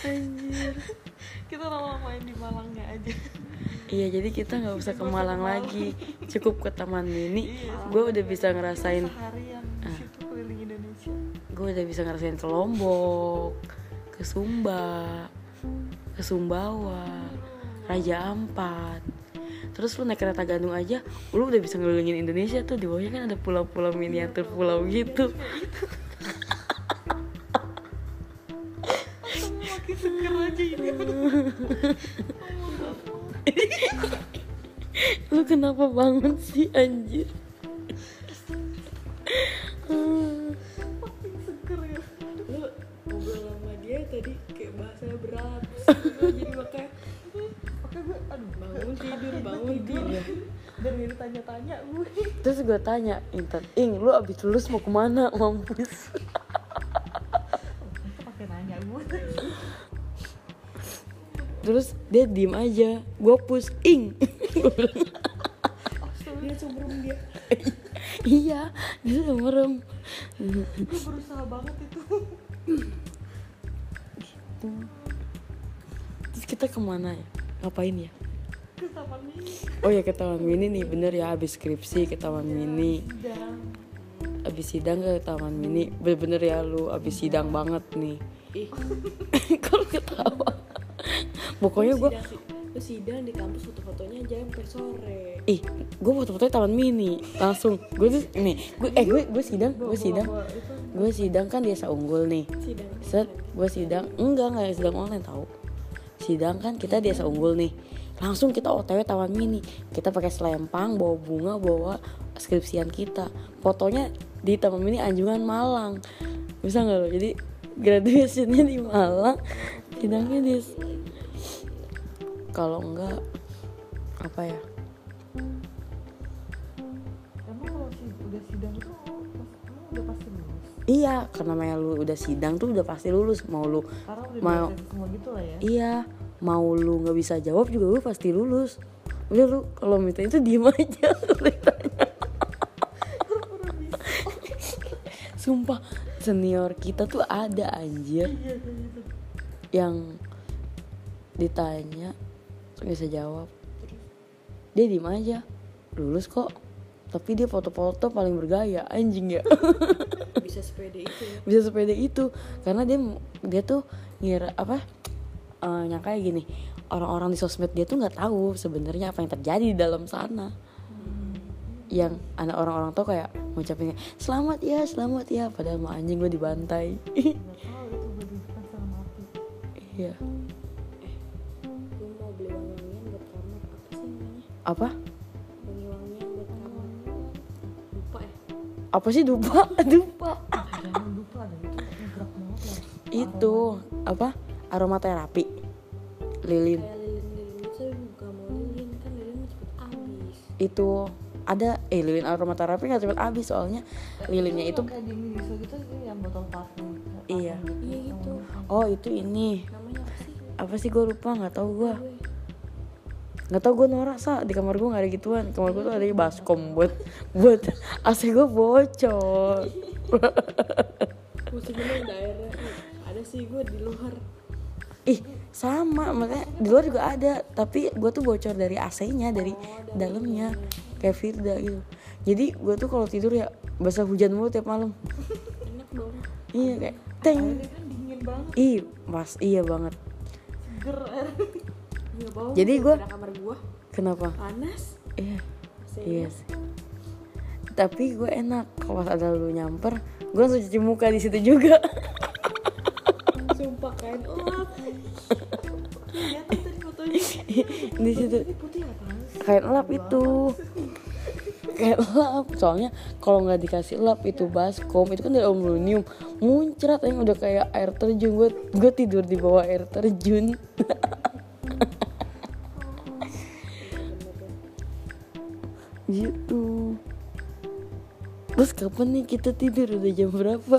Anjir. Kita lama-lamain di Malangnya aja. Iya, jadi kita nggak usah ke Malang lagi, cukup ke Taman Mini. Gue udah bisa ngerasain seharian di situ keliling Indonesia. Gue udah bisa ngerasain ke Lombok, ke Sumba, ke Sumbawa, Raja Ampat. Terus lu naik kereta Gandung aja, lu udah bisa ngelilingin Indonesia tuh. Di bawahnya kan ada pulau-pulau miniatur pulau gitu. Makin seger aja ini. Lu kenapa bangun sih anjir? Makin seger ya. Lu ngobrol sama dia tadi kayak bahasanya berat. Jadi makanya Gue bangun tidur ya. Dan ini tanya-tanya gue. Terus gue tanya Intan, lu abis lulus mau kemana mampus? Itu pakai nanya gue. Terus dia diem aja, gue push ing. Dia cemberem dia. Iya, dia udah merem. Gue berusaha banget itu. Terus kita kemana ya? Ngapain ya? Ke Taman Mini. Oh ya, ke Taman Mini nih, bener ya, abis skripsi ke Taman Mini. Sidang. Abis sidang ke Taman Mini. Bener-bener ya lu abis sidang banget nih. Kalau ketawa. Pokoknya gue Lu sidang di kampus, foto-fotonya jam sampai sore. gue foto-fotonya Taman Mini langsung. Gue tuh nih, gue sidang kan di Desa Unggul nih. Sidang. Gue sidang enggak sidang online tahu. Sidang kan kita di Desa Unggul nih. Langsung kita OTW Taman Mini. Kita pakai selempang, bawa bunga, bawa skripsian kita. Fotonya di Taman Mini Anjungan Malang. Bisa nggak lo? Jadi graduationnya di Malang, sidangnya di. Kalau enggak apa ya? Emang kalau udah sidang itu udah pasti lulus. Iya, karena namanya lu udah sidang tuh udah pasti lulus. Mau lu Karena udah mau beres semua gitu lah ya. iya, mau lu nggak bisa jawab juga lu pasti lulus. Udah lu kalau minta itu diem aja. Sumpah senior kita tuh ada anjir yang ditanya nggak bisa jawab, dia diem aja, lulus kok, tapi dia foto-foto paling bergaya anjing ya. Bisa sepede itu ya. Bisa sepede itu karena dia tuh ngira apa, nyangka gini, orang-orang di sosmed dia tuh nggak tahu sebenarnya apa yang terjadi di dalam sana. Yang anak orang-orang tuh kayak ngucapinnya selamat ya padahal mah anjing gue dibantai. Nggak tahu itu gue dibukan sama mati. Iya. Gue mau beli wangi-wangian buat kamar. Apa sih namanya? Apa? Wangi-wangian buat kamar. Lupa ya? Apa sih dupa? Jangan lupa deh, itu gerak banget lah. Itu apa? Aromaterapi. Lilin. Kayak lilin-lilin itu, saya gak mau lilin, kan lilin cepet habis. Itu ada lilin aromaterapi nggak cepet habis soalnya lilinnya itu. Kayak di Miniso gitu sih yang botol parfum. Iya. Iya gitu. Oh itu ini Namanya apa sih? gue lupa, nggak tahu gue norak di kamar gue nggak ada gituan. Kamar gue tuh ada baskom buat AC gue bocor. Musiknya daerah. Ada sih gue di luar. Sama makanya di luar juga ada, tapi gue tuh bocor dari AC-nya, dari dalamnya kayak Firda gitu. Jadi gue tuh kalau tidur ya basah hujan mulu tiap malam. Enak dong. Iya kayak teng. Ini kan dingin banget, Iya banget. seger. Nggak bau. Jadi gue kamar gue kenapa? panas. Iya sih. Tapi gue enak kalau ada lu nyamper, gue langsung cuci muka di situ juga. Sumpah kain elap. Iya tadi fotonya. Di situ Ini putih apaan sih? kain elap itu. Kain elap. Soalnya kalau nggak dikasih elap itu baskom itu kan dari aluminium, muncrat yang udah kayak air terjun. Gue tidur di bawah air terjun. Gitu. Terus kapan nih kita tidur, udah jam berapa?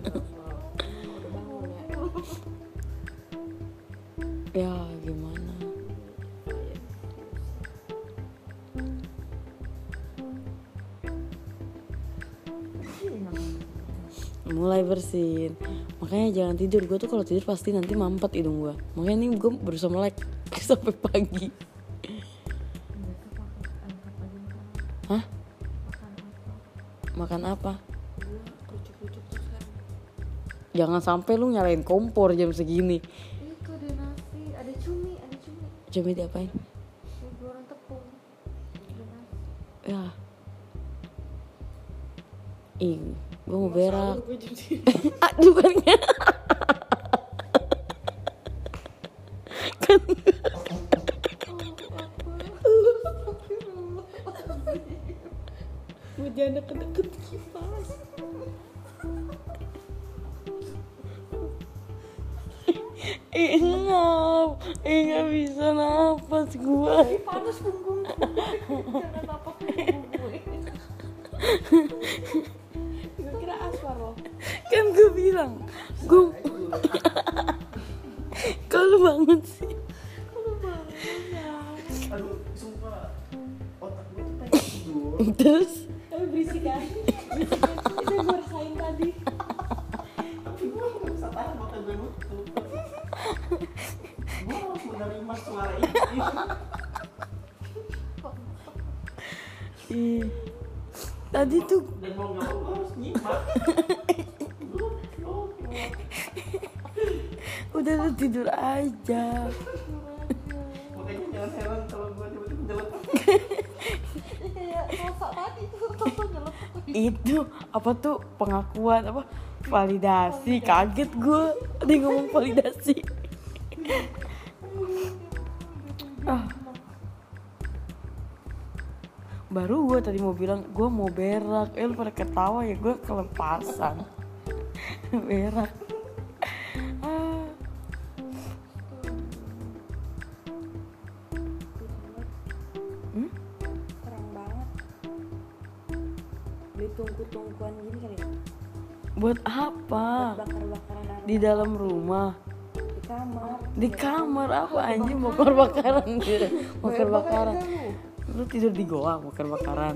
Ya gimana? Mulai bersin. Makanya jangan tidur. Gue tuh kalau tidur pasti nanti mampet hidung gue. Makanya nih gue berusaha melek sampai pagi. Hah? Makan apa? Gue kerucuk-kerucuk terus sekarang. Jangan sampai lu nyalain kompor jam segini. Itu ada nasi, ada cumi. Cumi diapain? Ada goreng tepung. Ada nasi. Ya. Ih, gue mau berak. Gue jam segini. Aduh kan. Gue jangan deket-deket kipas. Nggak bisa napas gue. Panas punggung gue. Jangan napas punggung gue. Gue kira aswar loh. Kan gue bilang gue kalau banget sih. Aduh, sumpah otak gue tuh pengen tidur. Terus Tapi berisik kan? Berisik kan? Itu yang gue rasain tadi. Tapi gue gak bisa tahan mata gue nutup. Gue harus menerima suara itu. ih, tadi tuh Dan mau gak mau gue harus nyimak. udah lu tidur aja. Makanya jangan heran kalau gue tiba-tiba nyeletuk. Kayak rosak tadi tuh nyeletuk. Itu apa tuh pengakuan apa validasi, kaget gue dia ngomong validasi. Baru gue tadi mau bilang gue mau berak, lu pada ketawa ya, gue kelepasan. Berak. Keren banget. Beli tungku-tungkuan gini kali ya? Buat apa? Bakar-bakaran aroma Di dalam rumah. di kamar. Di kamar apa anjing bakar-bakaran gitu. Bakar-bakaran. Lu tidur di goa bakar-bakaran.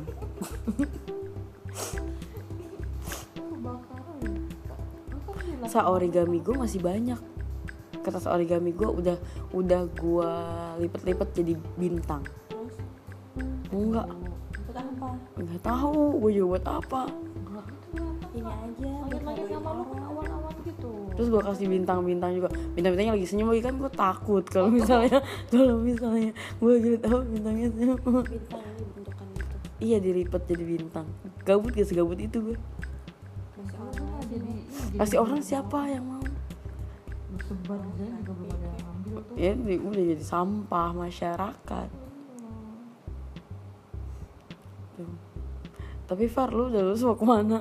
Kebakaran. Apa sih? Origami gue masih banyak. Kertas origami gue udah gue lipet-lipet jadi bintang. Terus Enggak, untuk apa? enggak tahu gue juga buat apa. Ini aja. Langit-langit sama lu kan awan-awan gitu. Terus gue kasih bintang-bintang juga. Bintang-bintangnya lagi senyum lagi kan, gue takut kalau misalnya gue jadi tahu bintangnya senyum. Bintang ini bentukan gitu. Iya, dilipet jadi bintang. Gabut gak segabut itu gue. Masih Lu orang kan jadi Kasih orang siapa yang mau? lu sebar aja juga belum ada yang ambil tuh. Ya udah jadi sampah masyarakat. Tuh. Tapi Far, lu udah lulus mau kemana?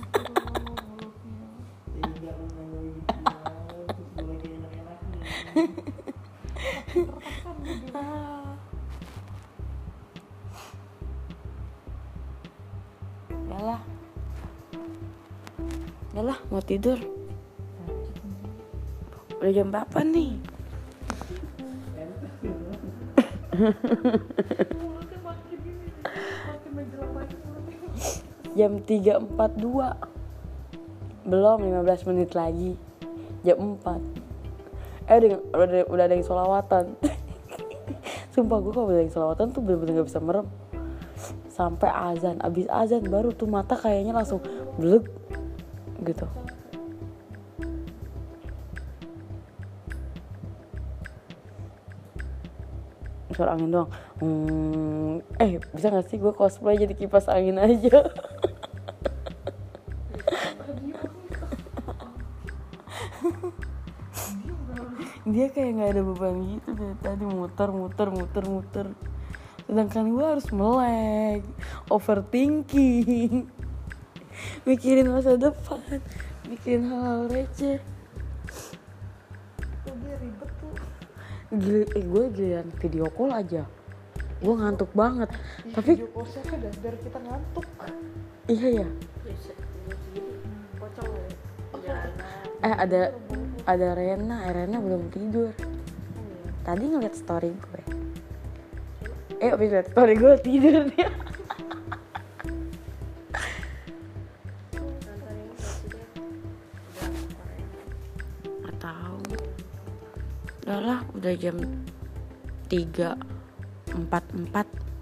Tidak mengenai gitu ya. Terus gue lagi enak-enaknya. Yalah, mau tidur. Udah jam berapa nih? Mulutnya makin gini, makin menjelang lagi mulutnya. Jam 3.42. Belum 15 menit lagi. Jam 4. Udah ada yang sholawatan. Sumpah gue kalau udah ada yang sholawatan tuh bener-bener gak bisa merem. Sampai azan, abis azan baru tuh mata kayaknya langsung blek gitu. Suara angin doang. Bisa gak sih gue cosplay jadi kipas angin aja? Dia kayak gak ada beban gitu dari tadi, muter. Sedangkan gue harus melek, overthinking, mikirin masa depan, mikirin hal-hal receh. Tuh dia ribet tuh. Gue giliran video call aja gue ngantuk banget. Tapi Video call-nya kan biar kita ngantuk. iya ya. pocong ya. Ada Rena belum tidur. Tadi ngeliat story gue. Abis liat story gue tidur dia. Nonton ini presiden udah Korea. tahu. Udahlah, udah jam 3.44.